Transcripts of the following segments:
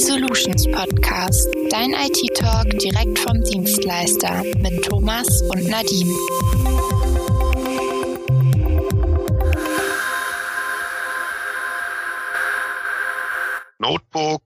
B-Solutions Podcast, dein IT-Talk direkt vom Dienstleister mit Thomas und Nadine. Notebook,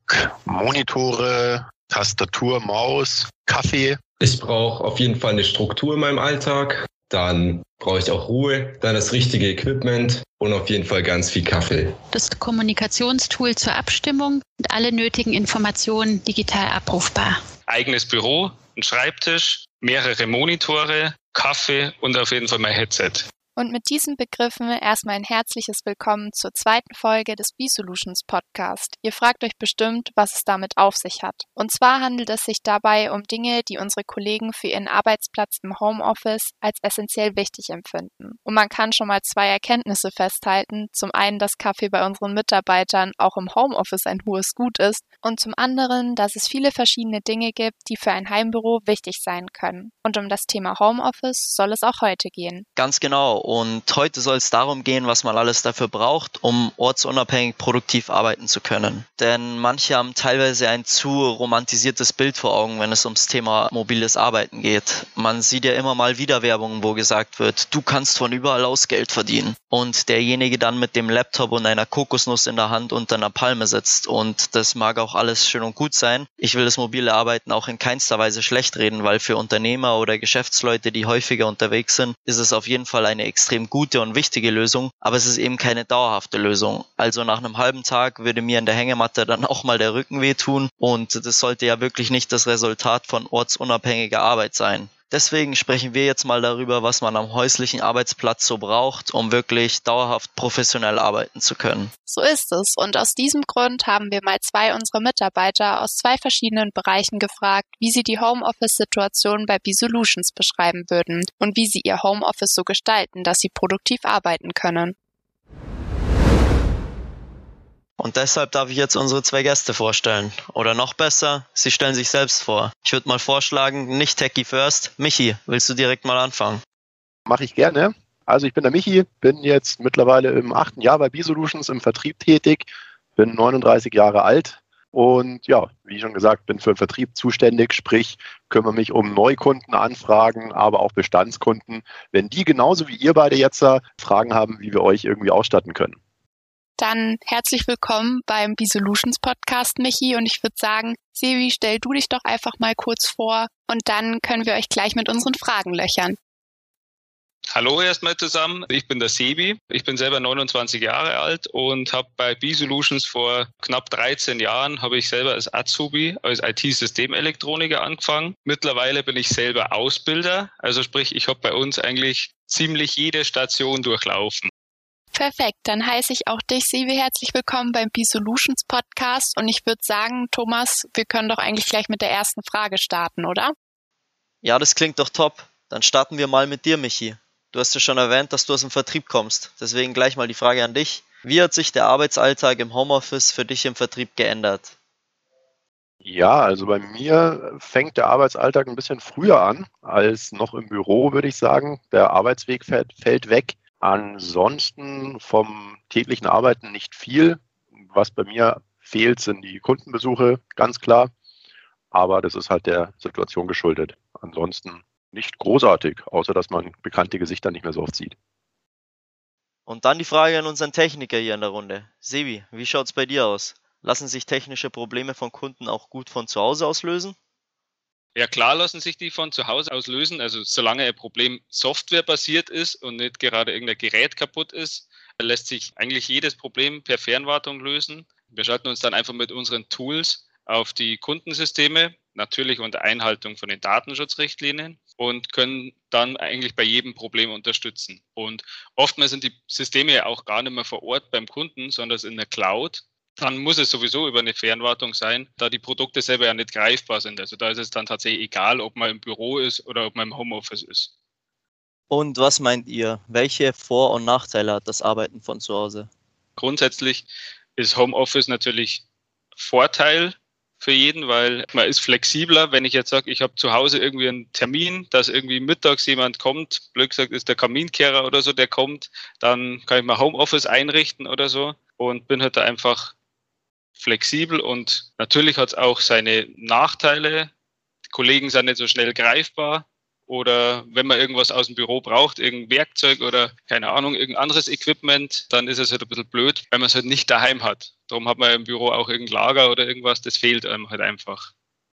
Monitore, Tastatur, Maus, Kaffee. Ich brauche auf jeden Fall eine Struktur in meinem Alltag. Dann brauche ich auch Ruhe, dann das richtige Equipment und auf jeden Fall ganz viel Kaffee. Das Kommunikationstool zur Abstimmung und alle nötigen Informationen digital abrufbar. Eigenes Büro, ein Schreibtisch, mehrere Monitore, Kaffee und auf jeden Fall mein Headset. Und mit diesen Begriffen erstmal ein herzliches Willkommen zur zweiten Folge des B-Solutions Podcast. Ihr fragt euch bestimmt, was es damit auf sich hat. Und zwar handelt es sich dabei um Dinge, die unsere Kollegen für ihren Arbeitsplatz im Homeoffice als essentiell wichtig empfinden. Und man kann schon mal zwei Erkenntnisse festhalten. Zum einen, dass Kaffee bei unseren Mitarbeitern auch im Homeoffice ein hohes Gut ist. Und zum anderen, dass es viele verschiedene Dinge gibt, die für ein Heimbüro wichtig sein können. Und um das Thema Homeoffice soll es auch heute gehen. Ganz genau. Und heute soll es darum gehen, was man alles dafür braucht, um ortsunabhängig produktiv arbeiten zu können. Denn manche haben teilweise ein zu romantisiertes Bild vor Augen, wenn es ums Thema mobiles Arbeiten geht. Man sieht ja immer mal wieder Werbung, wo gesagt wird, du kannst von überall aus Geld verdienen. Und derjenige dann mit dem Laptop und einer Kokosnuss in der Hand unter einer Palme sitzt. Und das mag auch alles schön und gut sein. Ich will das mobile Arbeiten auch in keinster Weise schlecht reden, weil für Unternehmer oder Geschäftsleute, die häufiger unterwegs sind, ist es auf jeden Fall eine extrem gute und wichtige Lösung, aber es ist eben keine dauerhafte Lösung. Also nach einem halben Tag würde mir in der Hängematte dann auch mal der Rücken wehtun und das sollte ja wirklich nicht das Resultat von ortsunabhängiger Arbeit sein. Deswegen sprechen wir jetzt mal darüber, was man am häuslichen Arbeitsplatz so braucht, um wirklich dauerhaft professionell arbeiten zu können. So ist es. Und aus diesem Grund haben wir mal zwei unserer Mitarbeiter aus zwei verschiedenen Bereichen gefragt, wie sie die Homeoffice-Situation bei B-Solutions beschreiben würden und wie sie ihr Homeoffice so gestalten, dass sie produktiv arbeiten können. Und deshalb darf ich jetzt unsere zwei Gäste vorstellen. Oder noch besser, sie stellen sich selbst vor. Ich würde mal vorschlagen, nicht Techie first. Michi, willst du direkt mal anfangen? Mache ich gerne. Also ich bin der Michi, bin jetzt mittlerweile im 8. Jahr bei B-Solutions im Vertrieb tätig, bin 39 Jahre alt und ja, wie schon gesagt, bin für den Vertrieb zuständig, sprich kümmere mich um Neukundenanfragen, aber auch Bestandskunden, wenn die genauso wie ihr beide jetzt Fragen haben, wie wir euch irgendwie ausstatten können. Dann herzlich willkommen beim B-Solutions Podcast, Michi. Und ich würde sagen, Sebi, stell du dich doch einfach mal kurz vor und dann können wir euch gleich mit unseren Fragen löchern. Hallo erstmal zusammen, ich bin der Sebi. Ich bin selber 29 Jahre alt und habe bei B-Solutions vor knapp 13 Jahren, habe ich selber als Azubi, als IT-Systemelektroniker angefangen. Mittlerweile bin ich selber Ausbilder, also sprich, ich habe bei uns eigentlich ziemlich jede Station durchlaufen. Perfekt, dann heiße ich auch dich, Sebi, herzlich willkommen beim B-Solutions Podcast und ich würde sagen, Thomas, wir können doch eigentlich gleich mit der ersten Frage starten, oder? Ja, das klingt doch top. Dann starten wir mal mit dir, Michi. Du hast ja schon erwähnt, dass du aus dem Vertrieb kommst. Deswegen gleich mal die Frage an dich. Wie hat sich der Arbeitsalltag im Homeoffice für dich im Vertrieb geändert? Ja, also bei mir fängt der Arbeitsalltag ein bisschen früher an als noch im Büro, würde ich sagen. Der Arbeitsweg fällt weg. Ansonsten vom täglichen Arbeiten nicht viel. Was bei mir fehlt, sind die Kundenbesuche, ganz klar. Aber das ist halt der Situation geschuldet. Ansonsten nicht großartig, außer dass man bekannte Gesichter nicht mehr so oft sieht. Und dann die Frage an unseren Techniker hier in der Runde. Sebi, wie schaut's bei dir aus? Lassen sich technische Probleme von Kunden auch gut von zu Hause aus lösen? Ja, klar lassen sich die von zu Hause aus lösen. Also solange ein Problem softwarebasiert ist und nicht gerade irgendein Gerät kaputt ist, lässt sich eigentlich jedes Problem per Fernwartung lösen. Wir schalten uns dann einfach mit unseren Tools auf die Kundensysteme, natürlich unter Einhaltung von den Datenschutzrichtlinien und können dann eigentlich bei jedem Problem unterstützen. Und oftmals sind die Systeme ja auch gar nicht mehr vor Ort beim Kunden, sondern in der Cloud. Dann muss es sowieso über eine Fernwartung sein, da die Produkte selber ja nicht greifbar sind. Also da ist es dann tatsächlich egal, ob man im Büro ist oder ob man im Homeoffice ist. Und was meint ihr? Welche Vor- und Nachteile hat das Arbeiten von zu Hause? Grundsätzlich ist Homeoffice natürlich Vorteil für jeden, weil man ist flexibler. Wenn ich jetzt sage, ich habe zu Hause irgendwie einen Termin, dass irgendwie mittags jemand kommt, blöd gesagt ist der Kaminkehrer oder so, der kommt, dann kann ich mal Homeoffice einrichten oder so und bin halt da einfach flexibel und natürlich hat es auch seine Nachteile. Die Kollegen sind nicht so schnell greifbar oder wenn man irgendwas aus dem Büro braucht, irgendein Werkzeug oder keine Ahnung, irgendein anderes Equipment, dann ist es halt ein bisschen blöd, weil man es halt nicht daheim hat. Darum hat man im Büro auch irgendein Lager oder irgendwas, das fehlt einem halt einfach.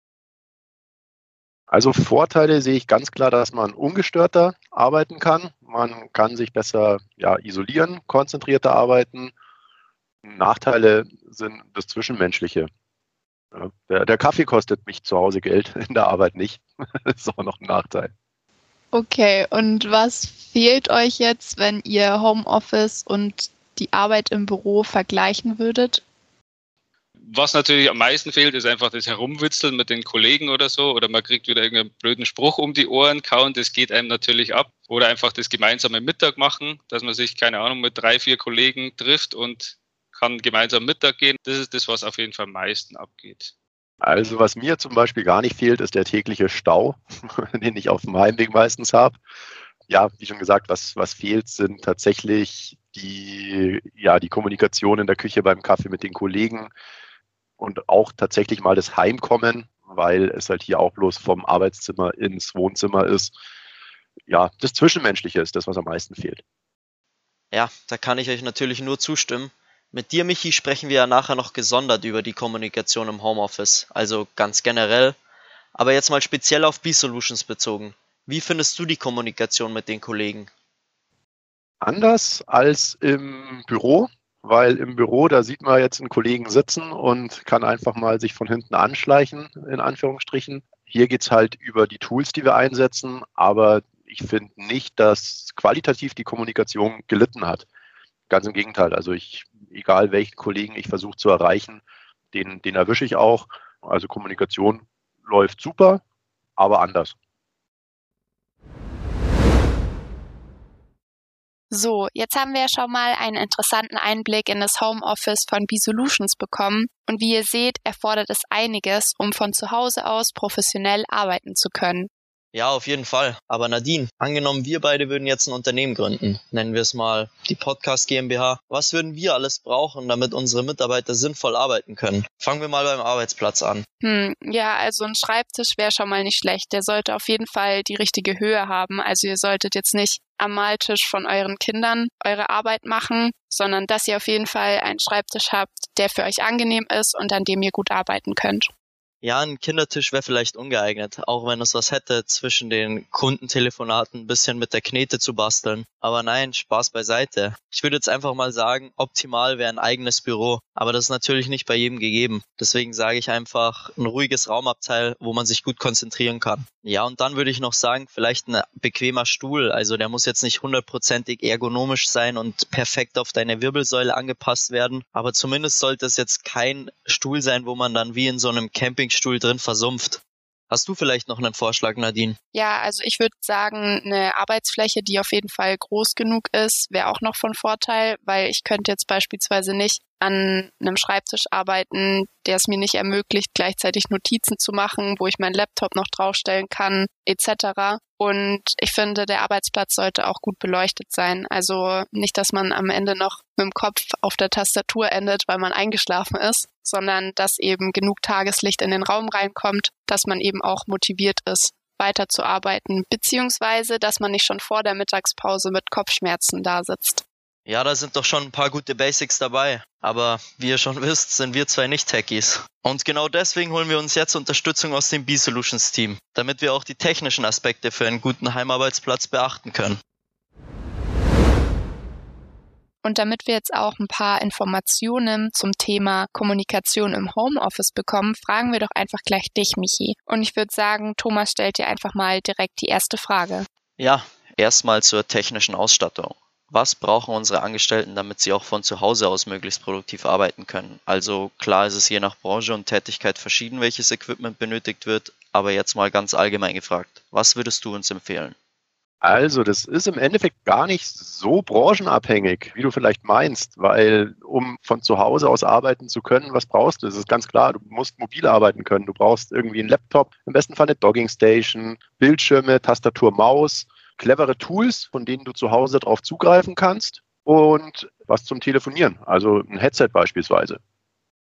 Also Vorteile sehe ich ganz klar, dass man ungestörter arbeiten kann. Man kann sich besser isolieren, konzentrierter arbeiten. Nachteile sind das Zwischenmenschliche. Ja, der Kaffee kostet mich zu Hause Geld, in der Arbeit nicht. Das ist auch noch ein Nachteil. Okay, und was fehlt euch jetzt, wenn ihr Homeoffice und die Arbeit im Büro vergleichen würdet? Was natürlich am meisten fehlt, ist einfach das Herumwitzeln mit den Kollegen oder so. Oder man kriegt wieder irgendeinen blöden Spruch um die Ohren kauen. Das geht einem natürlich ab. Oder einfach das gemeinsame Mittag machen, dass man sich, keine Ahnung, mit 3, 4 Kollegen trifft und kann gemeinsam Mittag gehen. Das ist das, was auf jeden Fall am meisten abgeht. Also was mir zum Beispiel gar nicht fehlt, ist der tägliche Stau, den ich auf dem Heimweg meistens habe. Ja, wie schon gesagt, was fehlt, sind tatsächlich die Kommunikation in der Küche beim Kaffee mit den Kollegen und auch tatsächlich mal das Heimkommen, weil es halt hier auch bloß vom Arbeitszimmer ins Wohnzimmer ist. Ja, das Zwischenmenschliche ist das, was am meisten fehlt. Ja, da kann ich euch natürlich nur zustimmen. Mit dir, Michi, sprechen wir ja nachher noch gesondert über die Kommunikation im Homeoffice, also ganz generell. Aber jetzt mal speziell auf B-Solutions bezogen. Wie findest du die Kommunikation mit den Kollegen? Anders als im Büro, weil im Büro, da sieht man jetzt einen Kollegen sitzen und kann einfach mal sich von hinten anschleichen, in Anführungsstrichen. Hier geht es halt über die Tools, die wir einsetzen, aber ich finde nicht, dass qualitativ die Kommunikation gelitten hat. Ganz im Gegenteil, also egal welchen Kollegen ich versuche zu erreichen, den erwische ich auch. Also Kommunikation läuft super, aber anders. So, jetzt haben wir ja schon mal einen interessanten Einblick in das Homeoffice von B-Solutions bekommen. Und wie ihr seht, erfordert es einiges, um von zu Hause aus professionell arbeiten zu können. Ja, auf jeden Fall. Aber Nadine, angenommen, wir beide würden jetzt ein Unternehmen gründen. Nennen wir es mal die Podcast GmbH. Was würden wir alles brauchen, damit unsere Mitarbeiter sinnvoll arbeiten können? Fangen wir mal beim Arbeitsplatz an. Ja, also ein Schreibtisch wäre schon mal nicht schlecht. Der sollte auf jeden Fall die richtige Höhe haben. Also ihr solltet jetzt nicht am Maltisch von euren Kindern eure Arbeit machen, sondern dass ihr auf jeden Fall einen Schreibtisch habt, der für euch angenehm ist und an dem ihr gut arbeiten könnt. Ja, ein Kindertisch wäre vielleicht ungeeignet, auch wenn es was hätte, zwischen den Kundentelefonaten ein bisschen mit der Knete zu basteln. Aber nein, Spaß beiseite. Ich würde jetzt einfach mal sagen, optimal wäre ein eigenes Büro, aber das ist natürlich nicht bei jedem gegeben. Deswegen sage ich einfach ein ruhiges Raumabteil, wo man sich gut konzentrieren kann. Ja, und dann würde ich noch sagen, vielleicht ein bequemer Stuhl, also der muss jetzt nicht 100%ig ergonomisch sein und perfekt auf deine Wirbelsäule angepasst werden, aber zumindest sollte es jetzt kein Stuhl sein, wo man dann wie in so einem Campingstuhl drin versumpft. Hast du vielleicht noch einen Vorschlag, Nadine? Ja, also ich würde sagen, eine Arbeitsfläche, die auf jeden Fall groß genug ist, wäre auch noch von Vorteil, weil ich könnte jetzt beispielsweise nicht an einem Schreibtisch arbeiten, der es mir nicht ermöglicht, gleichzeitig Notizen zu machen, wo ich meinen Laptop noch draufstellen kann, etc. Und ich finde, der Arbeitsplatz sollte auch gut beleuchtet sein. Also nicht, dass man am Ende noch mit dem Kopf auf der Tastatur endet, weil man eingeschlafen ist, sondern dass eben genug Tageslicht in den Raum reinkommt, dass man eben auch motiviert ist, weiterzuarbeiten, beziehungsweise, dass man nicht schon vor der Mittagspause mit Kopfschmerzen da sitzt. Ja, da sind doch schon ein paar gute Basics dabei. Aber wie ihr schon wisst, sind wir zwei nicht Techies. Und genau deswegen holen wir uns jetzt Unterstützung aus dem B-Solutions-Team, damit wir auch die technischen Aspekte für einen guten Heimarbeitsplatz beachten können. Und damit wir jetzt auch ein paar Informationen zum Thema Kommunikation im Homeoffice bekommen, fragen wir doch einfach gleich dich, Michi. Und ich würde sagen, Thomas stellt dir einfach mal direkt die erste Frage. Ja, erstmal zur technischen Ausstattung. Was brauchen unsere Angestellten, damit sie auch von zu Hause aus möglichst produktiv arbeiten können? Also klar ist es je nach Branche und Tätigkeit verschieden, welches Equipment benötigt wird, aber jetzt mal ganz allgemein gefragt. Was würdest du uns empfehlen? Also, das ist im Endeffekt gar nicht so branchenabhängig, wie du vielleicht meinst, weil um von zu Hause aus arbeiten zu können, was brauchst du? Das ist ganz klar, du musst mobil arbeiten können. Du brauchst irgendwie einen Laptop, im besten Fall eine Dockingstation, Bildschirme, Tastatur, Maus, clevere Tools, von denen du zu Hause drauf zugreifen kannst und was zum Telefonieren, also ein Headset beispielsweise.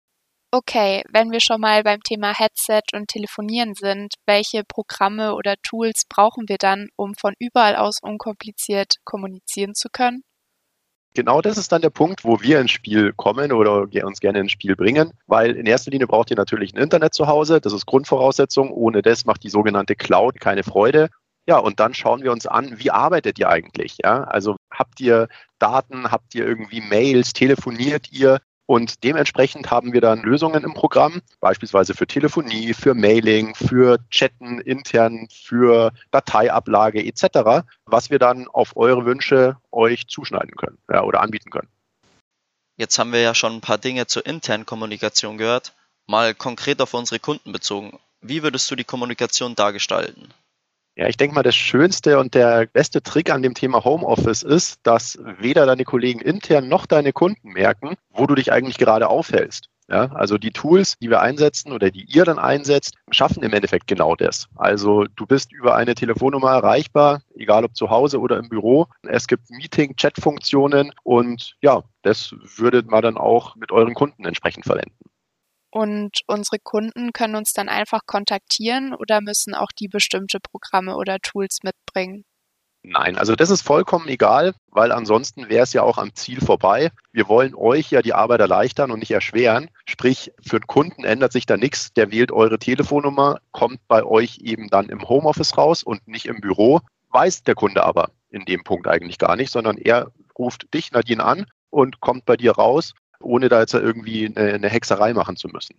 Okay, wenn wir schon mal beim Thema Headset und Telefonieren sind, welche Programme oder Tools brauchen wir dann, um von überall aus unkompliziert kommunizieren zu können? Genau das ist dann der Punkt, wo wir ins Spiel kommen oder uns gerne ins Spiel bringen, weil in erster Linie braucht ihr natürlich ein Internet zu Hause, das ist Grundvoraussetzung, ohne das macht die sogenannte Cloud keine Freude. Ja, und dann schauen wir uns an, wie arbeitet ihr eigentlich? Ja? Also habt ihr Daten, habt ihr irgendwie Mails, telefoniert ihr? Und dementsprechend haben wir dann Lösungen im Programm, beispielsweise für Telefonie, für Mailing, für Chatten intern, für Dateiablage etc., was wir dann auf eure Wünsche euch zuschneiden können oder anbieten können. Jetzt haben wir ja schon ein paar Dinge zur internen Kommunikation gehört. Mal konkret auf unsere Kunden bezogen. Wie würdest du die Kommunikation da gestalten? Ja, ich denke mal, das schönste und der beste Trick an dem Thema Homeoffice ist, dass weder deine Kollegen intern noch deine Kunden merken, wo du dich eigentlich gerade aufhältst. Ja, also die Tools, die wir einsetzen oder die ihr dann einsetzt, schaffen im Endeffekt genau das. Also du bist über eine Telefonnummer erreichbar, egal ob zu Hause oder im Büro. Es gibt Meeting-Chat-Funktionen und ja, das würdet man dann auch mit euren Kunden entsprechend verwenden. Und unsere Kunden können uns dann einfach kontaktieren oder müssen auch die bestimmte Programme oder Tools mitbringen? Nein, also das ist vollkommen egal, weil ansonsten wäre es ja auch am Ziel vorbei. Wir wollen euch ja die Arbeit erleichtern und nicht erschweren. Sprich, für den Kunden ändert sich da nichts. Der wählt eure Telefonnummer, kommt bei euch eben dann im Homeoffice raus und nicht im Büro. Weiß der Kunde aber in dem Punkt eigentlich gar nicht, sondern er ruft dich, Nadine, an und kommt bei dir raus, ohne da jetzt irgendwie eine Hexerei machen zu müssen.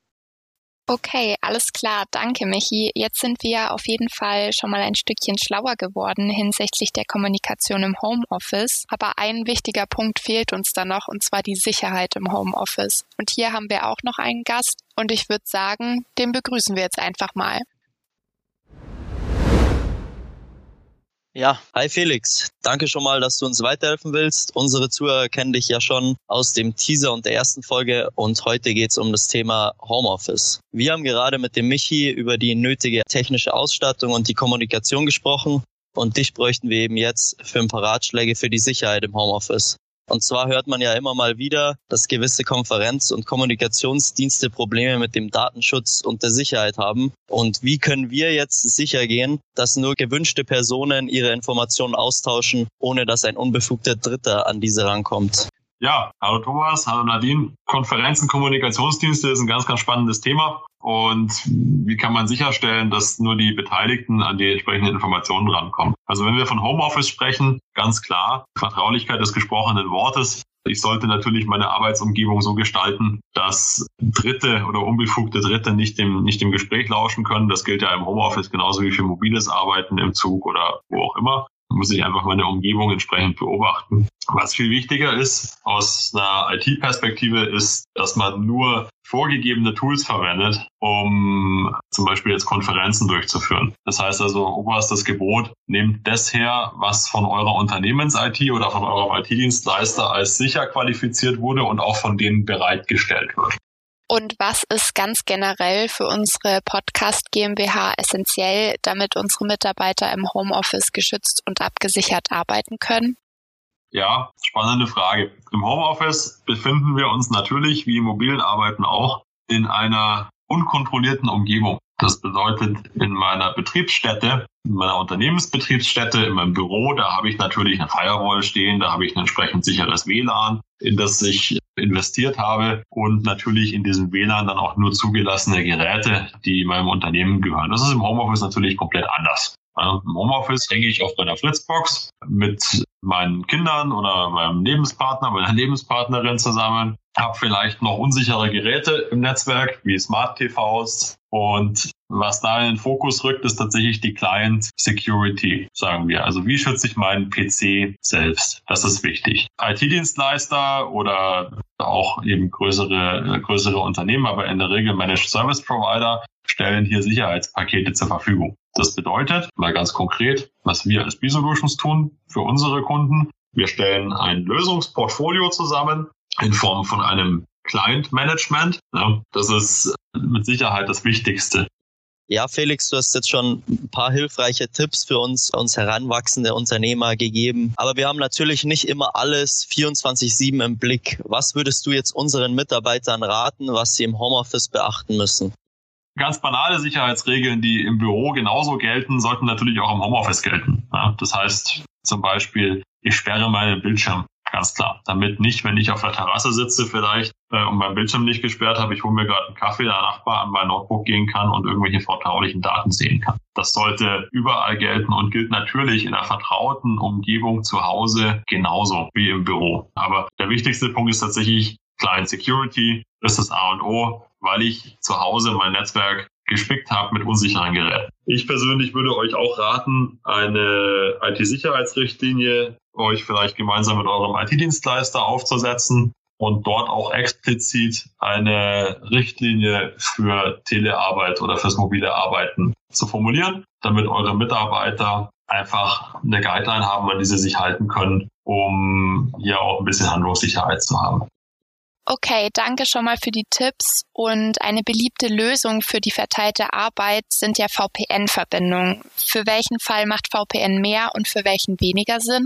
Okay, alles klar. Danke, Michi. Jetzt sind wir auf jeden Fall schon mal ein Stückchen schlauer geworden hinsichtlich der Kommunikation im Homeoffice. Aber ein wichtiger Punkt fehlt uns da noch, und zwar die Sicherheit im Homeoffice. Und hier haben wir auch noch einen Gast und ich würde sagen, den begrüßen wir jetzt einfach mal. Ja, hi Felix. Danke schon mal, dass du uns weiterhelfen willst. Unsere Zuhörer kennen dich ja schon aus dem Teaser und der ersten Folge und heute geht's um das Thema Homeoffice. Wir haben gerade mit dem Michi über die nötige technische Ausstattung und die Kommunikation gesprochen und dich bräuchten wir eben jetzt für ein paar Ratschläge für die Sicherheit im Homeoffice. Und zwar hört man ja immer mal wieder, dass gewisse Konferenz- und Kommunikationsdienste Probleme mit dem Datenschutz und der Sicherheit haben. Und wie können wir jetzt sicher gehen, dass nur gewünschte Personen ihre Informationen austauschen, ohne dass ein unbefugter Dritter an diese rankommt? Ja, hallo Thomas, hallo Nadine. Konferenzen, Kommunikationsdienste ist ein ganz, ganz spannendes Thema. Und wie kann man sicherstellen, dass nur die Beteiligten an die entsprechenden Informationen rankommen? Also wenn wir von Homeoffice sprechen, ganz klar, Vertraulichkeit des gesprochenen Wortes. Ich sollte natürlich meine Arbeitsumgebung so gestalten, dass Dritte oder unbefugte Dritte nicht dem Gespräch lauschen können. Das gilt ja im Homeoffice genauso wie für mobiles Arbeiten im Zug oder wo auch immer. Muss ich einfach meine Umgebung entsprechend beobachten. Was viel wichtiger ist aus einer IT-Perspektive ist, dass man nur vorgegebene Tools verwendet, um zum Beispiel jetzt Konferenzen durchzuführen. Das heißt also, oberstes Gebot, nehmt das her, was von eurer Unternehmens-IT oder von eurem IT-Dienstleister als sicher qualifiziert wurde und auch von denen bereitgestellt wird. Und was ist ganz generell für unsere Podcast GmbH essentiell, damit unsere Mitarbeiter im Homeoffice geschützt und abgesichert arbeiten können? Ja, spannende Frage. Im Homeoffice befinden wir uns natürlich, wie im mobilen Arbeiten auch, in einer unkontrollierten Umgebung. Das bedeutet, in meiner Betriebsstätte, in meiner Unternehmensbetriebsstätte, in meinem Büro, da habe ich natürlich eine Firewall stehen, da habe ich ein entsprechend sicheres WLAN, in das ich investiert habe und natürlich in diesem WLAN dann auch nur zugelassene Geräte, die meinem Unternehmen gehören. Das ist im Homeoffice natürlich komplett anders. Im Homeoffice hänge ich auf meiner Fritzbox mit meinen Kindern oder meinem Lebenspartner, meiner Lebenspartnerin zusammen, habe vielleicht noch unsichere Geräte im Netzwerk wie Smart TVs und was da in den Fokus rückt, ist tatsächlich die Client Security, sagen wir. Also wie schütze ich meinen PC selbst? Das ist wichtig. IT-Dienstleister oder auch eben größere Unternehmen, aber in der Regel Managed Service Provider stellen hier Sicherheitspakete zur Verfügung. Das bedeutet, mal ganz konkret, was wir als B-Solutions tun für unsere Kunden. Wir stellen ein Lösungsportfolio zusammen in Form von einem Client-Management. Ja, das ist mit Sicherheit das Wichtigste. Ja, Felix, du hast jetzt schon ein paar hilfreiche Tipps für uns heranwachsende Unternehmer gegeben. Aber wir haben natürlich nicht immer alles 24/7 im Blick. Was würdest du jetzt unseren Mitarbeitern raten, was sie im Homeoffice beachten müssen? Ganz banale Sicherheitsregeln, die im Büro genauso gelten, sollten natürlich auch im Homeoffice gelten. Ja, das heißt zum Beispiel, ich sperre meinen Bildschirm. Ganz klar. Damit nicht, wenn ich auf der Terrasse sitze vielleicht und meinen Bildschirm nicht gesperrt habe, ich hole mir gerade einen Kaffee, der Nachbar an mein Notebook gehen kann und irgendwelche vertraulichen Daten sehen kann. Das sollte überall gelten und gilt natürlich in einer vertrauten Umgebung zu Hause genauso wie im Büro. Aber der wichtigste Punkt ist tatsächlich Client Security. Das ist das A und O, weil ich zu Hause mein Netzwerk gespickt habe mit unsicheren Geräten. Ich persönlich würde euch auch raten, eine IT-Sicherheitsrichtlinie euch vielleicht gemeinsam mit eurem IT-Dienstleister aufzusetzen und dort auch explizit eine Richtlinie für Telearbeit oder fürs mobile Arbeiten zu formulieren, damit eure Mitarbeiter einfach eine Guideline haben, an die sie sich halten können, um hier auch ein bisschen Handlungssicherheit zu haben. Okay, danke schon mal für die Tipps. Und eine beliebte Lösung für die verteilte Arbeit sind ja VPN-Verbindungen. Für welchen Fall macht VPN mehr und für welchen weniger Sinn?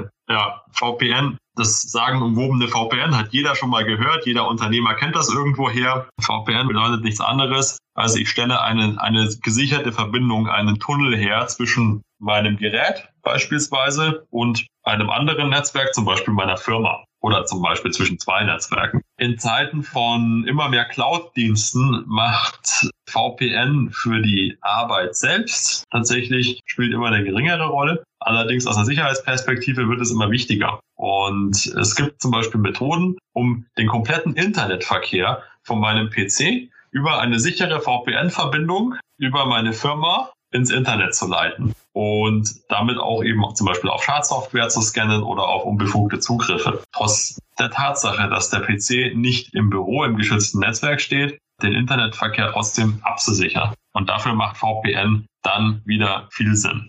Ja, VPN, das sagenumwobene VPN hat jeder schon mal gehört. Jeder Unternehmer kennt das irgendwoher. VPN bedeutet nichts anderes. Also ich stelle eine gesicherte Verbindung, einen Tunnel her zwischen meinem Gerät beispielsweise und einem anderen Netzwerk, zum Beispiel meiner Firma. Oder zum Beispiel zwischen zwei Netzwerken. In Zeiten von immer mehr Cloud-Diensten macht VPN für die Arbeit selbst tatsächlich, spielt immer eine geringere Rolle. Allerdings aus einer Sicherheitsperspektive wird es immer wichtiger. Und es gibt zum Beispiel Methoden, um den kompletten Internetverkehr von meinem PC über eine sichere VPN-Verbindung über meine Firma ins Internet zu leiten und damit auch eben zum Beispiel auf Schadsoftware zu scannen oder auf unbefugte Zugriffe. Trotz der Tatsache, dass der PC nicht im Büro im geschützten Netzwerk steht, den Internetverkehr trotzdem abzusichern. Und dafür macht VPN dann wieder viel Sinn.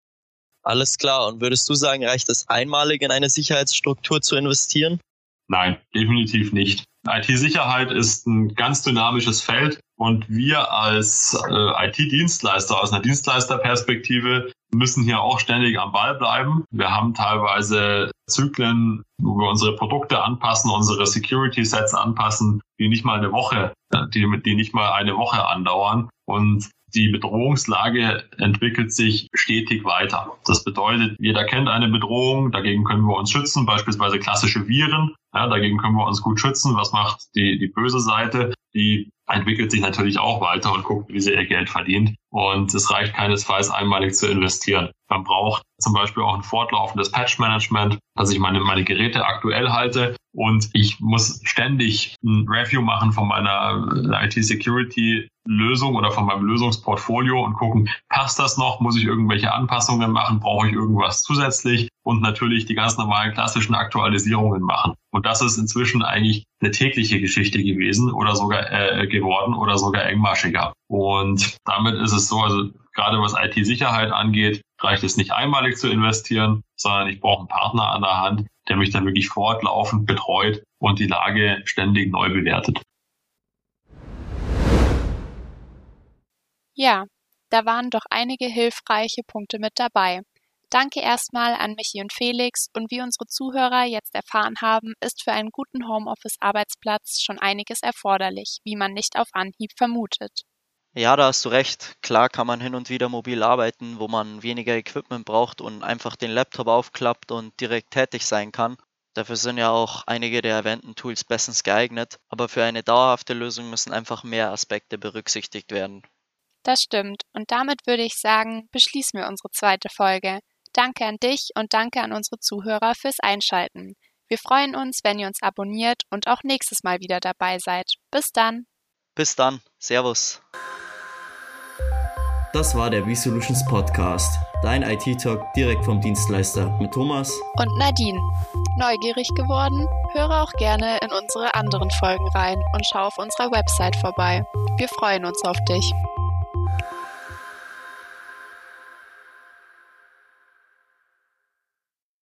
Alles klar. Und würdest du sagen, reicht es einmalig in eine Sicherheitsstruktur zu investieren? Nein, definitiv nicht. IT-Sicherheit ist ein ganz dynamisches Feld und wir als IT-Dienstleister aus einer Dienstleisterperspektive müssen hier auch ständig am Ball bleiben. Wir haben teilweise Zyklen, wo wir unsere Produkte anpassen, unsere Security-Sets anpassen, die nicht mal eine Woche andauern. Und die Bedrohungslage entwickelt sich stetig weiter. Das bedeutet, jeder kennt eine Bedrohung, dagegen können wir uns schützen, beispielsweise klassische Viren. Ja, dagegen können wir uns gut schützen. Was macht die böse Seite? Die entwickelt sich natürlich auch weiter und guckt, wie sie ihr Geld verdient. Und es reicht keinesfalls einmalig zu investieren. Man braucht zum Beispiel auch ein fortlaufendes Patch-Management, dass ich meine Geräte aktuell halte. Und ich muss ständig ein Review machen von meiner IT-Security-Lösung oder von meinem Lösungsportfolio und gucken, passt das noch? Muss ich irgendwelche Anpassungen machen? Brauche ich irgendwas zusätzlich? Und natürlich die ganz normalen klassischen Aktualisierungen machen. Und das ist inzwischen eigentlich eine tägliche Geschichte gewesen oder sogar geworden oder sogar engmaschiger. Und damit ist es so, also gerade was IT-Sicherheit angeht, reicht es nicht einmalig zu investieren, sondern ich brauche einen Partner an der Hand, der mich dann wirklich fortlaufend betreut und die Lage ständig neu bewertet. Ja, da waren doch einige hilfreiche Punkte mit dabei. Danke erstmal an Michi und Felix und wie unsere Zuhörer jetzt erfahren haben, ist für einen guten Homeoffice-Arbeitsplatz schon einiges erforderlich, wie man nicht auf Anhieb vermutet. Ja, da hast du recht. Klar kann man hin und wieder mobil arbeiten, wo man weniger Equipment braucht und einfach den Laptop aufklappt und direkt tätig sein kann. Dafür sind ja auch einige der erwähnten Tools bestens geeignet, aber für eine dauerhafte Lösung müssen einfach mehr Aspekte berücksichtigt werden. Das stimmt und damit würde ich sagen, beschließen wir unsere zweite Folge. Danke an dich und danke an unsere Zuhörer fürs Einschalten. Wir freuen uns, wenn ihr uns abonniert und auch nächstes Mal wieder dabei seid. Bis dann. Bis dann. Servus. Das war der B-Solutions Podcast, dein IT-Talk direkt vom Dienstleister mit Thomas und Nadine. Neugierig geworden? Höre auch gerne in unsere anderen Folgen rein und schau auf unserer Website vorbei. Wir freuen uns auf dich.